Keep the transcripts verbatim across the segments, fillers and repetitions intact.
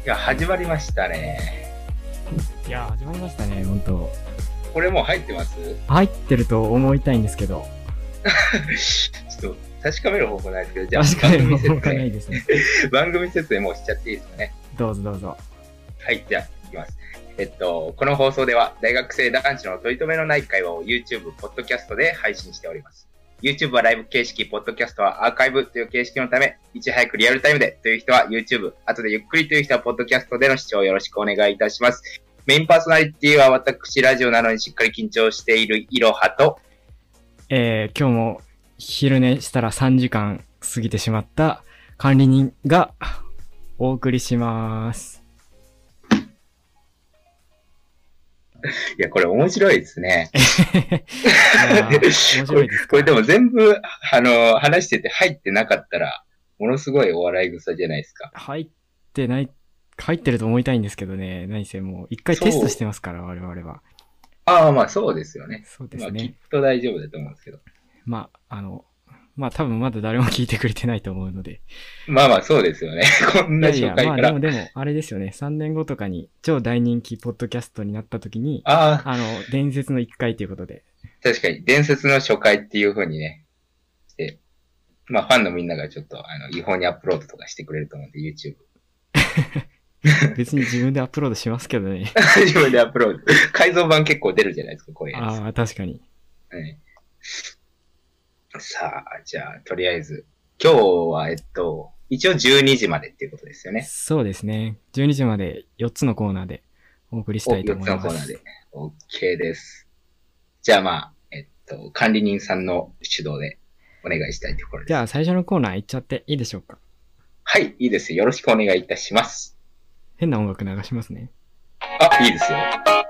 いや、始まりましたね。 いや、始まりましたね、本当。 これもう入ってます？ 入ってると思いたいんですけど。 ちょっと確かめる方法ないですけど、じゃあ確かに番組説方法がない明、 ですね。 番組説明もうしちゃっていいですかね。 どうぞどうぞ。 はい、じゃあ、いきます。えっと、この放送では、大学生男子の取り留めのない会話を YouTube、ポッドキャストで配信しております。YouTube はライブ形式、ポッドキャストはアーカイブという形式のため、いち早くリアルタイムでという人は YouTube、後でゆっくりという人はポッドキャストでの視聴をよろしくお願いいたします。メインパーソナリティは私、ラジオなのにしっかり緊張しているいろはと、 えー、今日も昼寝したらさんじかん過ぎてしまった管理人がお送りします。 いや、これ面白いですね。 いや面白いですか。 これ、これでも全部、あの、話してて入ってなかったら、ものすごいお笑い草じゃないですか。 入ってない、入ってると思いたいんですけどね、何せもう一回テストしてますから、我々は。 ああ、まあそうですよね。 そうですね。 まあきっと大丈夫だと思うんですけど。 まあ、あの、まあ多分まだ誰も聞いてくれてないと思うので。 まあまあそうですよね。こんな初いやいや、ま回から。 あでもでも、あれですよね。さんねんごとかに超大人気ポッドキャストになった時に、 ああ、 あの、伝説のいっかいということで。 確かに伝説の初回っていう風にね、して、まあファンのみんながちょっと、あの、違法にアップロードとかしてくれると思うんで、YouTube。 別に自分でアップロードしますけどね。 自分でアップロード。改造版結構出るじゃないですか、こういうやつ。 ああ、確かに。 はい。さあ、じゃあ、とりあえず、今日は、えっと、一応じゅうにじまでっていうことですよね。 そうですね。じゅうにじまでよっつのコーナーでお送りしたいとよっ思います。 つのコーナーで。OK です。じゃあまあ、えっと、管理人さんの主導でお願いしたいところです。 じゃあ最初のコーナー行っちゃっていいでしょうか。 はい、いいですよ。よろしくお願いいたします。 変な音楽流しますね。 あ、いいですよ。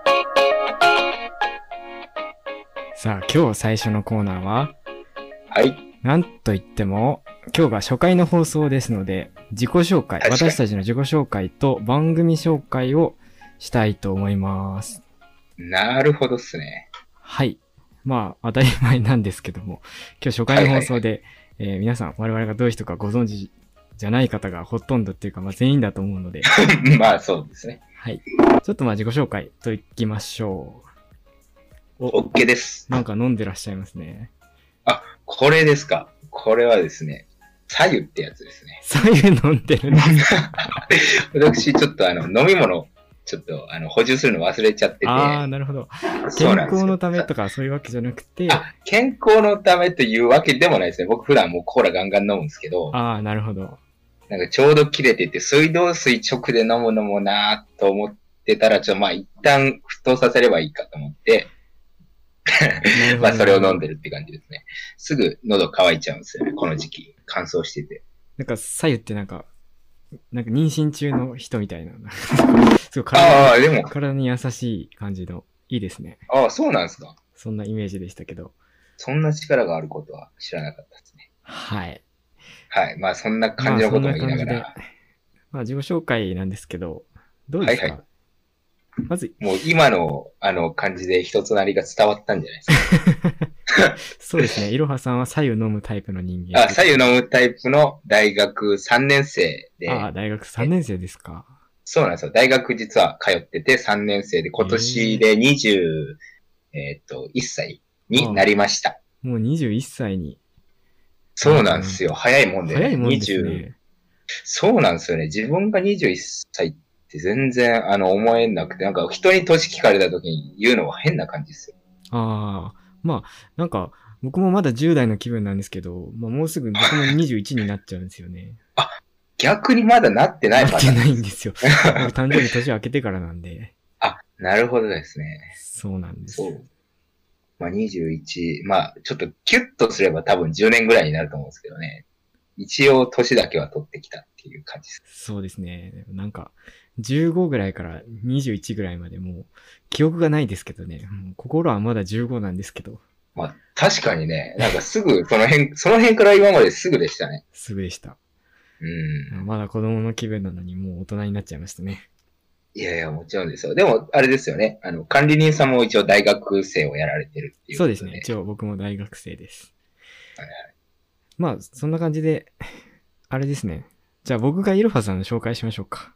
さあ、今日最初のコーナーは、 はい。 なんといっても、今日が初回の放送ですので、自己紹介、私たちの自己紹介と番組紹介をしたいと思います。 なるほどっすね。 はい。まあ、当たり前なんですけども、今日初回の放送で、はいはいはい、えー、皆さん、我々がどういう人かご存知じゃない方がほとんどっていうか、まあ全員だと思うので。 まあそうですね。 はい。ちょっとまあ自己紹介といきましょう。お、OK です。 なんか飲んでらっしゃいますね。 あ、これですか。これはですね、左右ってやつですね。 左右飲んでるんですか。 私、ちょっとあの、飲み物、ちょっとあの、補充するの忘れちゃってて。 ああ、なるほど。健康のためとかそういうわけじゃなくて。 あ、健康のためというわけでもないですね。僕普段もうコーラガンガン飲むんですけど。 ああ、なるほど。 なんかちょうど切れてて、水道水直で飲むのもなーと思ってたら、ちょっとまあ一旦沸騰させればいいかと思って、まあそれを飲んでるって感じですね。すぐ喉乾いちゃうんですよね、この時期。乾燥してて。 なんか左右ってなんか、なんか妊娠中の人みたいな。すごい体ああ、でも。 体に優しい感じの、いいですね。 ああ、そうなんですか。 そんなイメージでしたけど。 そんな力があることは知らなかったですね。 はい。 はい。まあそんな感じのことも言いながら。 まあ、まあ自己紹介なんですけど、どうですか？はいはい。まず、 もう今のあの感じで人となりが伝わったんじゃないですか。 そうですね。いろはさんは左右飲むタイプの人間。 あ、左右飲むタイプの大学さんねん生で。 ああ、大学さんねん生ですか。 そうなんですよ。大学実は通っててさんねん生で今年でにじゅう、えっと、いっさいになりました。 もうにじゅういっさいに。 そうなんですよ。早いもんで、ね。 早いもんですね。 にじゅうそうなんですよね。自分がにじゅういっさいって全然あの思えなくて、なんか人に年聞かれた時に言うのは変な感じですよ。 ああ、まあ、なんか僕もまだじゅう代の気分なんですけど、まあ、もうすぐ僕もにじゅういちになっちゃうんですよね。 あ、逆にまだなってないパターンなってないんですよ。僕誕生日年明けてからなんで。 あ、なるほどですね。 そうなんです。 そう。まあにじゅういち、まあちょっとキュッとすれば多分じゅうねんぐらいになると思うんですけどね。一応年だけは取ってきたっていう感じです。 そうですね。なんか、じゅうごぐらいからにじゅういちぐらいまでもう記憶がないですけどね。もう心はまだじゅうごなんですけど。 まあ確かにね、なんかすぐその辺、その辺から今まですぐでしたね。 すぐでした。 うん。 まだ子供の気分なのにもう大人になっちゃいましたね。 いやいや、もちろんですよ。でも、あれですよね。あの、管理人さんも一応大学生をやられてるっていう。 そうですね。一応僕も大学生です。 はいはい。 まあ、そんな感じで、あれですね。じゃあ僕がいろはさんの紹介しましょうか。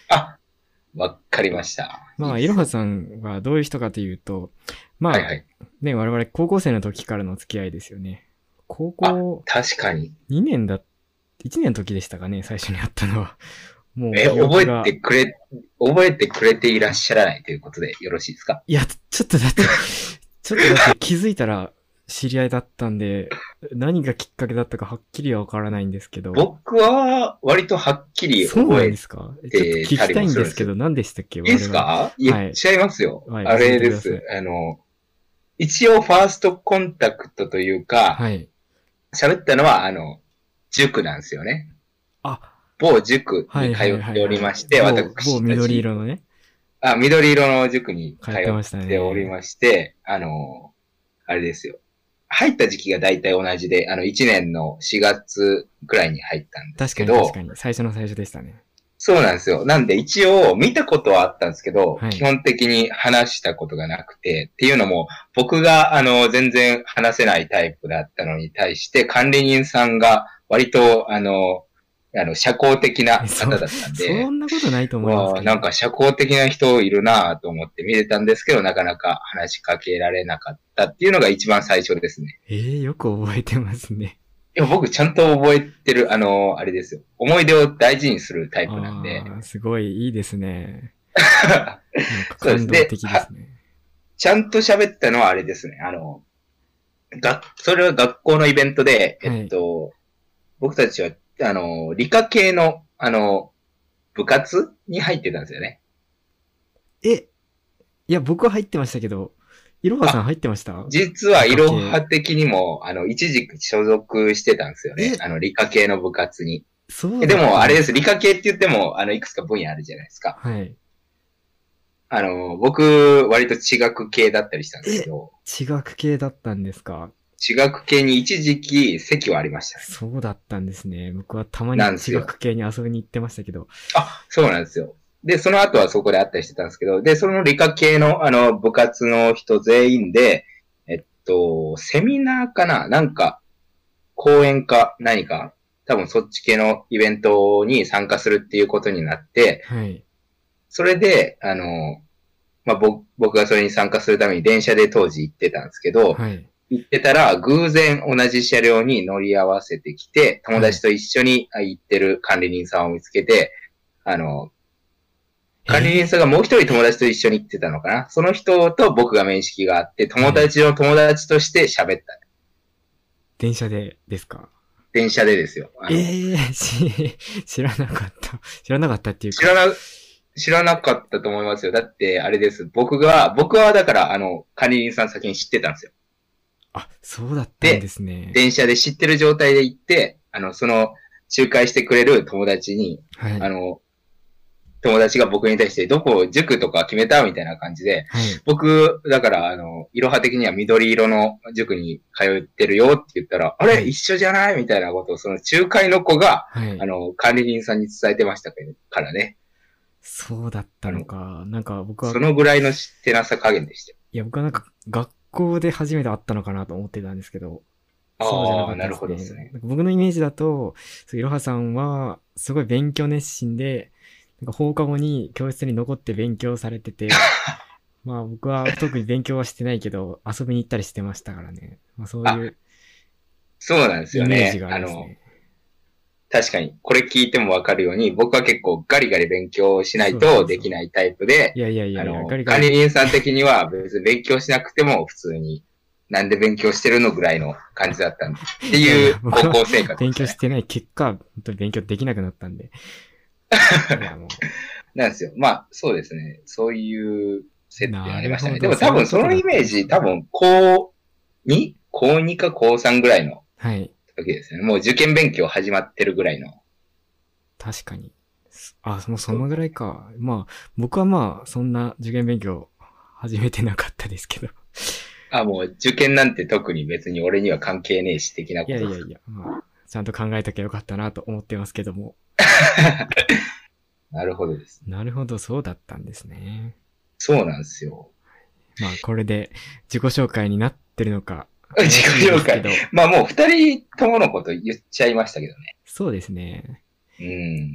あ、わかりました。 まあ、いろはさんはどういう人かというと、まあ、 はいはい。 ね、我々高校生の時からの付き合いですよね。高あ、 校確かに。 にねんだ、いちねんの時でしたかね、最初に会ったのは。もうえ、 記覚え憶が、 てくれ、覚えてくれていらっしゃらないということでよろしいですか？ いや、ちょっとだって、ちょっとだって気づいたら知り合いだったんで、何がきっかけだったかはっきりはわからないんですけど、 僕は割とはっきりそうなんで覚えすか？ちょっとてたり聞きたいんもするんですよ。 ですけど、何でしたっけいいです我々。 か？ はい。 言っちゃいますよ。 はい、 あ教えれです。 てください。 あの、一応ファーストコンタクトというか、 はい。 喋ったのは、あの、塾なんですよね。 あ、 某塾はいはいに通っておはいはい。 りまして、 某、某緑私たち、 色のね、 あ、緑色の塾に通通ってましたっておりね。 まして、あの、あれですよ。入った時期が大体同じで、あの、いちねんのしがつくらいに入ったんです確かけど、 に確かに。最初の最初でしたね。 そうなんですよ。なんで一応見たことはあったんですけど、 はい。 基本的に話したことがなくて、っていうのも僕があの全然話せないタイプだったのに対して管理人さんが割とあの、あの社交的なそ、 方だったんで、 そんなことないと思いますわあ、 けど。 なんか社交的な人いるなぁと思って見れたんですけど、なかなか話しかけられなかったっていうのが一番最初ですね。 ええー、よく覚えてますね。 いや、僕ちゃんと覚えてる、あの、あれですよ。思い出を大事にするタイプなんで。 ああ、すごいいいですね。なんかそうです。 感動で、は、 的ですね。 ちゃんと喋ったのはあれですね。あの、が、それは学校のイベントで、えっはい。 と、僕たちは、あの、理科系の、あの、部活に入ってたんですよね。 え、いや、僕は入ってましたけど、いろはさんあ、 入ってました？ 実は、 理いろは科系。 的にも、あの、一時期所属してたんですよね。 え、 あの、理科系の部活に。 そうだったえでも、あれです。 んですか？ 理科系って言っても、あの、いくつか分野あるじゃないですか。 はい。 あの、僕、割と地学系だったりしたんですけえ、 ど、 地学系だったんですか？ 地学系に一時期席はありましたね。 そうだったんですね。僕はたまに地なんですよ。 学系に遊びに行ってましたけど。 あ、そうなんですよ。で、その後はそこで会ったりしてたんですけど、で、その理科系のあの部活の人全員で、えっと、セミナーかななんか、講演か何か、多分そっち系のイベントに参加するっていうことになって、 はい。 それで、あの、まあ、僕僕がそれに参加するために電車で当時行ってたんですけど、 はい。 行ってたら、偶然同じ車両に乗り合わせてきて、友はい。 達と一緒に行ってる管理人さんを見つけて、あの、管理人さんえがもう一人友達と一緒に行ってたのかな。その人と僕が面識があって、 ー、はい。 友達の友達として喋った。 電車でですか？ 電車でですよ。あの、 ええー、し、知らなかった。知らなかったっていうか。 知らな、知らなかったと思いますよ。だって、あれです。僕が、僕はだから、あの、管理人さん先に知ってたんですよ。 あ、そうだったんでで、 すね。 電車で知ってる状態で行って、あの、その、仲介してくれる友達に、 はい。 あの、友達が僕に対して、どこ、塾とか決めたみたいな感じで、 はい。 僕、だから、あの、いろは的には緑色の塾に通ってるよって言ったら、あれはい。 一緒じゃないみたいなことを、その仲介の子が、 はい。 あの、管理人さんに伝えてましたからね。 そうだったあの、 のか。なんか僕は、 そのぐらいの知ってなさ加減でしたよ。 いや、僕はなんか学校で初めて会ったのかなと思ってたんですけど、そうじゃなああ、 かったでなるすね。 ほどですね。 なんか僕のイメージだと、いろはさんはすごい勉強熱心で、なんか放課後に教室に残って勉強されてて、まあ僕は特に勉強はしてないけど、遊びに行ったりしてましたからね。まあそうあ、 いうそうなんですイメージよね。 がありあの、 ますね。 確かに、これ聞いてもわかるように、僕は結構ガリガリ勉強しないそうそうそう。 とできないタイプで、 いやいやいやいや、ガあの、 リガリ、 管理人さん的には別に勉強しなくても普通に、なんで勉強してるのぐらいの感じだったんで、っていやいや、 いう僕は高校生活でしたね。 勉強してない結果、本当に勉強できなくなったんで。いやもなんですよ。まあ、そうですね。そういうう、 接点ありましたね。でなるほど、 も多分そそういうことだっのイメージ、 たんですね。 多分高に高にか高さんぐらいのはい。 時ですね。もう受験勉強始まってるぐらいの。 確かに。あ、もうそのぐらいか。まあ、僕はまあ、そんな受験勉強始めてなかったですけど。 あ、もう受験なんて特に別に俺には関係ねえし、的ないことですか？ やいやいや、まあ、ちゃんと考えときゃよかったなと思ってますけども。 なるほどです。 なるほど、そうだったんですね。 そうなんですよ。 まあ、これで自己紹介になってるのか、 自怪しい己紹介。 ですけど、 まあもう二人とものこと言っちゃいましたけどね。 そうですね。 うん。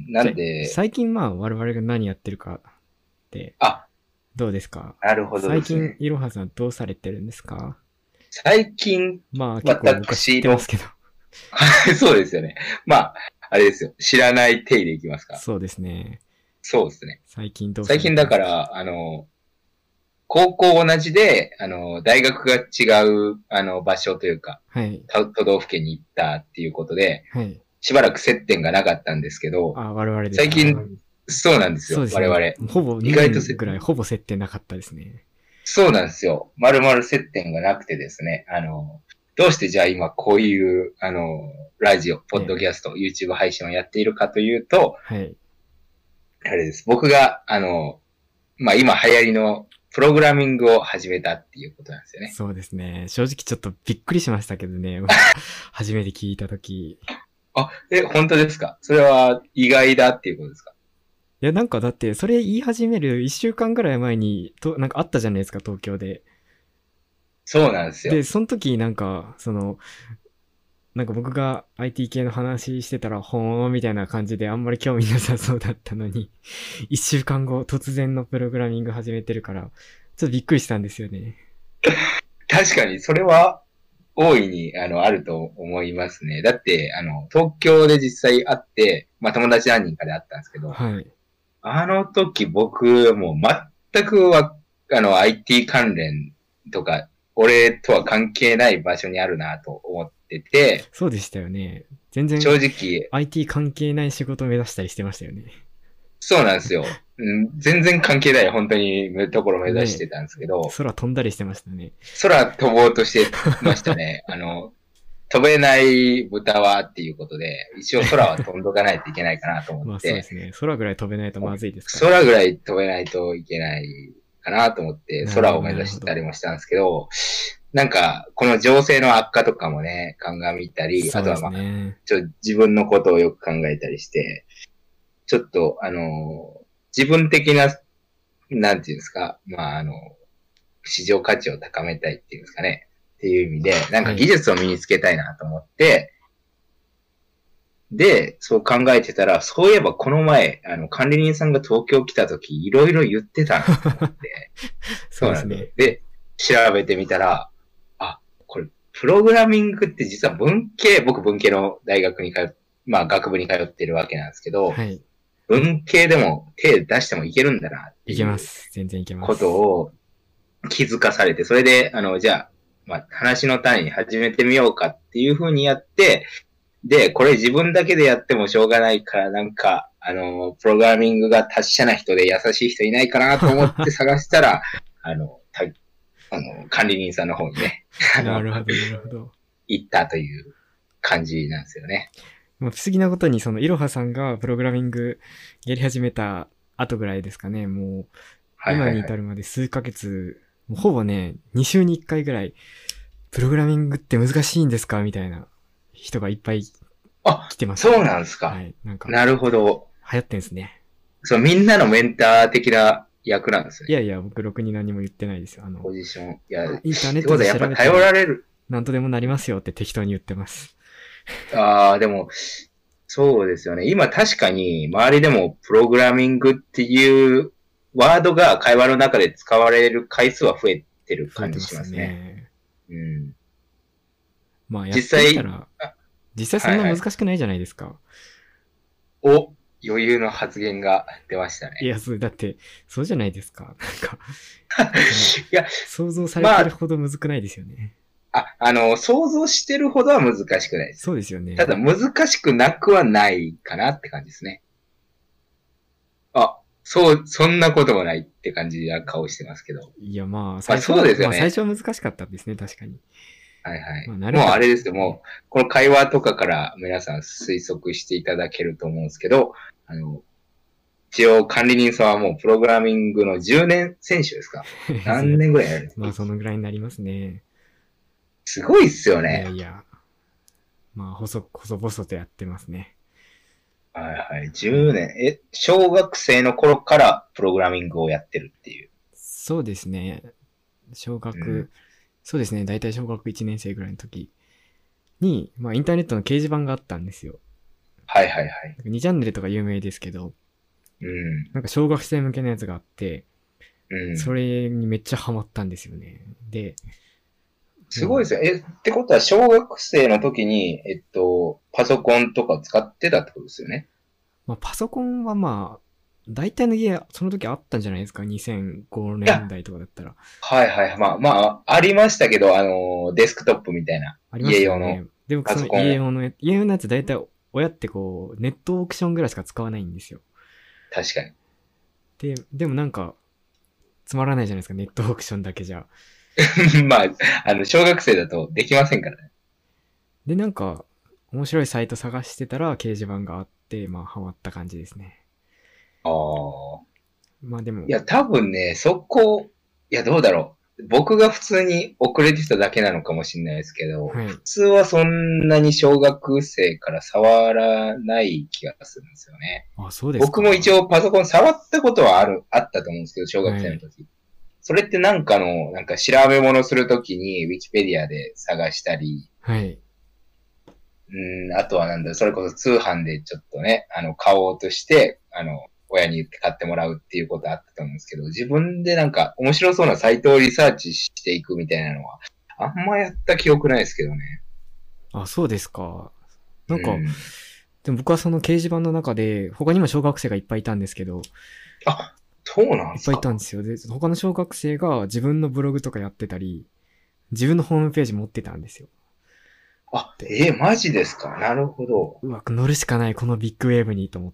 なんで、 最近まあ我々が何やってるかってあ、 どうですか？ なるほどで最近すね。 いろはさんどうされてるんですか？ 最近、 まあ結構僕は知っ私の、 てますけど。 そうですよね。まあ、あれですよ。知らない体でいきますか。 そうですね。 そうですね。 最近どうされ最近てますか？ だから、あの、高校同じで、あの、大学が違う、あの、場所というか、 はい。 都都道府県に行ったっていうことで、 はい。 しばらく接点がなかったんですけど、 あ、我々ですか？ 最近、そうなんですよ、 そうですね。 我々。 ほぼ2 意外と年ぐらいほぼ接点なかったですね。 そうなんですよ。まるまる接点がなくてですね、あの、どうしてじゃあ今こういう、あの、ラジオ、ポッドね。 キャスト、YouTube 配信をやっているかというと、 はい。 あれです。僕が、あの、まあ、今流行りのプログラミングを始めたっていうことなんですよね。 そうですね。正直ちょっとびっくりしましたけどね。初めて聞いたとき。いあ、え、本当ですか？それは意外だっていうことですか？ や、なんかだって、それ言い始めるいっしゅうかんぐらい前に、と、なんかあったじゃないですか、東京で。 そうなんですで、 よ。 その時なんか、その、なんか僕が アイティー 系の話してたら、ほーんみたいな感じであんまり興味なさそうだったのに、いっしゅうかんご突然のプログラミング始めてるから、ちょっとびっくりしたんですよね。 確かに、それは大いに、あの、あると思いますね。だって、あの、東京で実際会って、まあ、友達何人かで会ったんですけど、 はい。 あの時僕、もう全くは、あの、アイティー 関連とか、俺とは関係ない場所にあるなと思ってて、 そうでしたよね。全然正直、 アイティー 関係ない仕事を目指したりしてましたよね。 そうなんですよ。うん、全然関係ない、本当に、ところを目指しねてたんですけど、 空飛んだりしてましたね。 空飛ぼうとしてましたね。あの、飛べない豚はっていうことで、一応空は飛んどかないといけないかなと思まあそうでって、 すね。空ぐらい飛べないとまずいですからね。 空ぐらい飛べないといけないかなと思ってなるほど、 空を目指しなるほど。 たりもしたんですけど、なんか、この情勢の悪化とかもね、鑑みたり、 そうですあとはまあ、 ね。 ちょ自分のことをよく考えたりして、ちょっと、あの、自分的な、なんていうんですか、まあ、あの、市場価値を高めたいっていうんですかね、っていう意味で、なんか技はい。 術を身につけたいなと思って、で、そう考えてたら、そういえばこの前、あの、管理人さんが東京来た時、いろいろ言ってたなと思って、そうなんですよ。 そうですね。 で、調べてみたら、あ、これ、プログラミングって実は文系、僕文系の大学に通っ、まあ学部に通ってるわけなんですけど、 はい。 文系でも手出してもいけるんだなっていけまいうす。全然いけまことす。 を気づかされて、それで、あの、じゃあ、まあ、話の種に始めてみようかっていう風にやって、で、これ自分だけでやってもしょうがないから、なんか、あの、プログラミングが達者な人で優しい人いないかなと思って探したら、あの、たあの、管理人さんの方にね、あの、 なるほど、なるほど。 行ったという感じなんですよね。 まあ、不思議なことに、その、いろはさんがプログラミングやり始めた後ぐらいですかね。もう、今にはいはいはい。 至るまで数ヶ月、もうほぼね、に週にいっかいぐらい、プログラミングって難しいんですかみたいな人がいっぱいあ、 来てましたそうね。 なんですか。 はい。なんか、 なるほど。 流行ってんすね。 そう、みんなのメンター的な役なんですね。 いやいや、僕、ろくに何も言ってないですよ。あの、 ポジション。いや、っインターネッてことはトでやっぱ頼調べたら、 られる。 なんとでもなりますよって適当に言ってます。 ああ、でも、そうですよね。今確かに周りでもプログラミングっていうワードが会話の中で使われる回数は増えてる感じ増えてますしますね。 ね。 うん。 まあ、やってみた実際、 ら、 あ実際そんな難はいはい。 しくないじゃないですか。 お、余裕の発言が出ましたね。 いや、そう、だって、そうじゃないですか。なんか、その、 いや、 想像されてるまあ、 ほどむずくないですよね。 あ、あの、想像してるほどは難しくないです。 そうですよただね。 難しくなくはないかなって感じですね。あ、そう、そんなこともないって感じな顔してますけど。 いや、まあ、 まあそう最初は、まあ、最ですよね。 初は難しかったですね、確かに。 はいはい。 まあ、慣れもうたら、 あれですよ。もね。 う、この会話とかから皆さん推測していただけると思うんですけど、あの、一応管理人さんはもうプログラミングのじゅうねん選手ですか？何年ぐらいやるんですか？ まあ、そのぐらいになりますね。 すごいっすよいね。 やいや、まあ、細、細々とやってますね。 はいはい。 はい。 じゅうねん。え、小学生の頃からプログラミングをやってるっていう。 そうですね。小うん。 学、そうですね。だいたい小学いちねん生ぐらいの時に、まあ、インターネットの掲示板があったんですよ。 はいはいはい。 にチャンネルとか有名ですけど、 うん。 なんか小学生向けのやつがあって、 うん。 それにめっちゃハマったんですよね。で、もう、 すごいですよ。え、ってことは、小学生の時に、えっと、パソコンとか使ってたってことですよね。 まあ、パソコンはまあ、大体の家、その時あったんじゃないですか？ にせんごいや、 年代とかだったら。 はいはい。まあ、まあ、ありましたけど、あの、デスクトップみたいな、 ありま家用のしたよね。でもそのパソコン。 家用のや、家用のやつ大体親ってこう、ネットオークションぐらいしか使わないんですよ。 確かに。 で、でもなんか、つまらないじゃないですか、ネットオークションだけじゃ。 まあ、あの、小学生だとできませんからね。 で、なんか、面白いサイト探してたら掲示板があって、まあ、ハマった感じですね。 ああ。 まあでも、 いや、多分ね、そこ、いや、どうだろう。僕が普通に遅れてただけなのかもしれないですけど、 はい。 普通はそんなに小学生から触らない気がするんですよね。 あ、そうですか。 僕も一応パソコン触ったことはある、あったと思うんですけど、小学はい。 生の時。それってなんかの、なんか調べ物するときに、ウィキペディアで探したり、 はい。 うん、あとはなんだ、それこそ通販でちょっとね、あの、買おうとして、あの、親に言って買ってもらうっていうことあったと思うんですけど、自分でなんか面白そうなサイトをリサーチしていくみたいなのは、あんまやった記憶ないですけどね。 あ、そうですか。なんか、 うん。 でも僕はその掲示板の中で、他にも小学生がいっぱいいたんですけど、 あ、そうなんいっぱいいたんすか。 ですよ。で、他の小学生が自分のブログとかやってたり、自分のホームページ持ってたんですよ。 あ、 で、 えー、マジですか。なるほど。 うわ、乗るしかないこのビッグウェーブにと思って、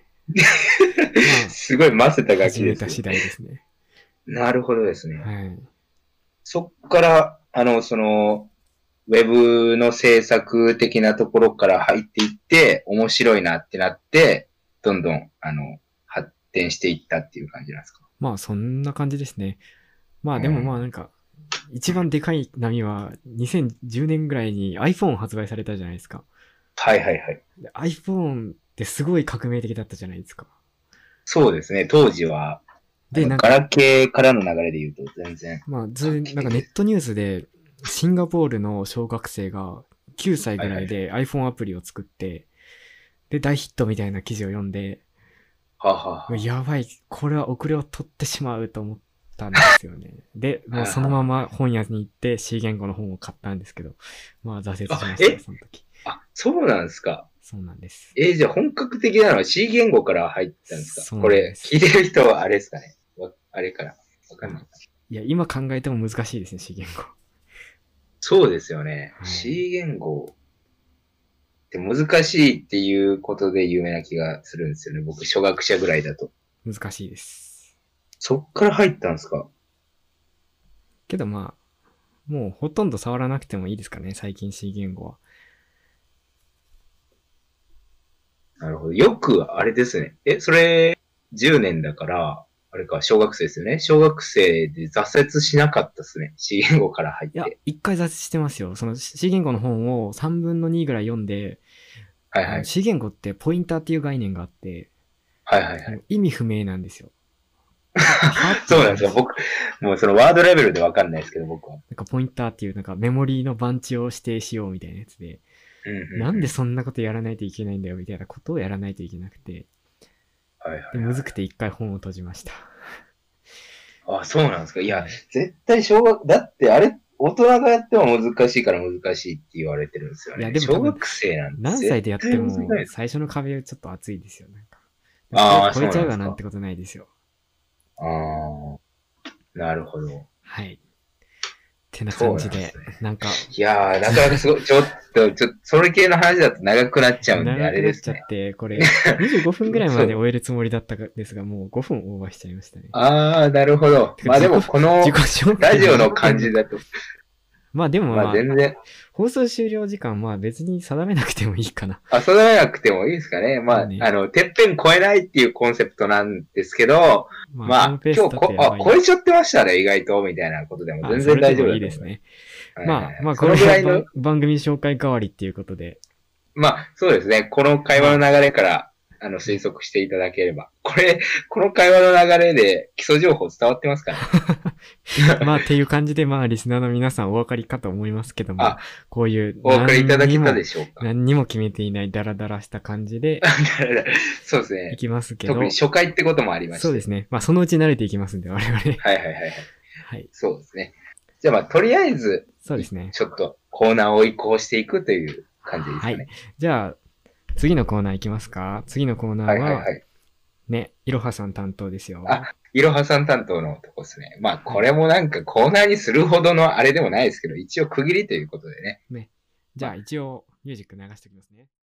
ますごい混ぜあ、 たガキですよ。 始めた次第ですね。 なるほどですね。 はい。 そっから、あの、その、ウェブの制作的なところから入っていって、面白いなってなって、どんどん、あの、発展していったっていう感じなんですか。 まあ、そんな感じですね。まあ、でもまあ、 うん。 なんか、一番でかい波は、にせんじゅうねんぐらいに iPhone 発売されたじゃないですか。 はいはいはい。 で iPhone ってすごい革命的だったじゃないですか。 そうですね。当時は、あで、 の、 なんか、 ガラケーからの流れで言うと全然まあ、 画ず、なんか期的です。 ネットニュースで、シンガポールの小学生がきゅうさいはいはい。 ぐらいで iPhone アプリを作って、で、大ヒットみたいな記事を読んで、 はあ、はあはやばい、これは遅れを取ってしまうと思ったんですよね。で、 あ、 もうそのまはあはま本屋に行って C 言語の本を買ったんですけど、まあ挫折あ。あ、 しましたよ、 えその時。 あ、そうなんですか。 そうなんです。 えーじゃあ本格的なのは C 言語から入ったんですか。 そうこれ、聞いなんです。 てる人はあれですかね。わあれから。わかんない。 いや、今考えても難しいですね、C 言語。 そうですよね。 はい。 C 言語って難しいっていうことで有名な気がするんですよね。僕、初学者ぐらいだと。 難しいです。 そっから入ったんですか。 けどまあ、もうほとんど触らなくてもいいですかね、最近 C 言語は。 なるほど。よく、あれですね。え、それ、じゅうねんだから、あれか、小学生ですよね。小学生で挫折しなかったですね。C 言語から入っいや、 て。 一回挫折してますよ。その C 言語の本をさんぶんのにぐらい読んで、あのはいはい。 C 言語ってポインターっていう概念があって、 はいはいはい。 もう意味不明なんですよ。は、はってそうなんですよ。 なるんですよ。 僕、もうそのワードレベルでわかんないですけど、僕は。 なんかポインターっていうなんかメモリーの番地を指定しようみたいなやつで、 うんうんなんでうん。 そんなことやらないといけないんだよみたいなことをやらないといけなくて、 はいはいで、むずはい。 くて一回本を閉じました。 あ、そうなんですか。いや、 はい。 絶対小学、だってあれ、大人がやっても難しいから難しいって言われてるんですよいや、 ね。 でも多分、 小学生なんて何歳でやって絶対難しいもです。 最初の壁ちょっと熱いですよ、なんか。これああ、 超えちゃうそうなんですか。 わなんてことないですよ。 ああ、なるほど。 はい。ってなそう感じで、 なんですね。 なんか、 いやー、なかなかすごい、ちょっと、ちょっと、それ系の話だと長くなっちゃうんで、あ長くなっれですね。 ちゃって、これ、にじゅうごふんぐらいまでそう。 終えるつもりだったんですが、もうごふんオーバーしちゃいましたね。 ああ、なるほど。 てか、自己、 まあでも、こ自己の、 紹介もラジオのなってんのか。 感じだと、 まあでもまあまあ、 全然、 放送終了時間、まあ別に定めなくてもいいかな。 遊ばなくてもいいですかね。まあ、 まあね、 あの、てっぺん超えないっていうコンセプトなんですけど、 まあまあ、 このペース今日こ、あ、 だとやばい。 超えちゃってましたね、意外と、みたいなことでもあ、 全然大丈それでも夫だと思います。 いいですね。 はいはいはい。 まあまあ、 そこれは番のぐらいの、 番組紹介代わりっていうことで、 まあ、そうですね。この会話まの流れから、あの、推測していただければ。これ、この会話の流れで基礎情報伝わってますかね。 まあっていう感じで、まあリスナーの皆さんお分かりかと思いますけども、 あ、 こういうお分かりいただけ何にもたでしょうか。 何にも決めていないダラダラした感じでそうですいね。 きますけど、 特に初回ってこともありまして。 そうですね。まあそのうち慣れていきますんで、我々。 はいはいはいはい。 はい。 そうですね。じゃあまあ、とりあえず、 そうですね。 ちょっとコーナーを移行していくという感じですかね。 はい。じゃあ、次のコーナーいきますか。次のコーナーはいはいは、 はい。 ね、いろはさん担当ですよ。 あ、いろはさん担当のとこですね。まあ、これもなんかコーナーにするほどのあれでもないですけど、一応区切りということでね。 ね。じゃあ一応ミュージック流しておきますね。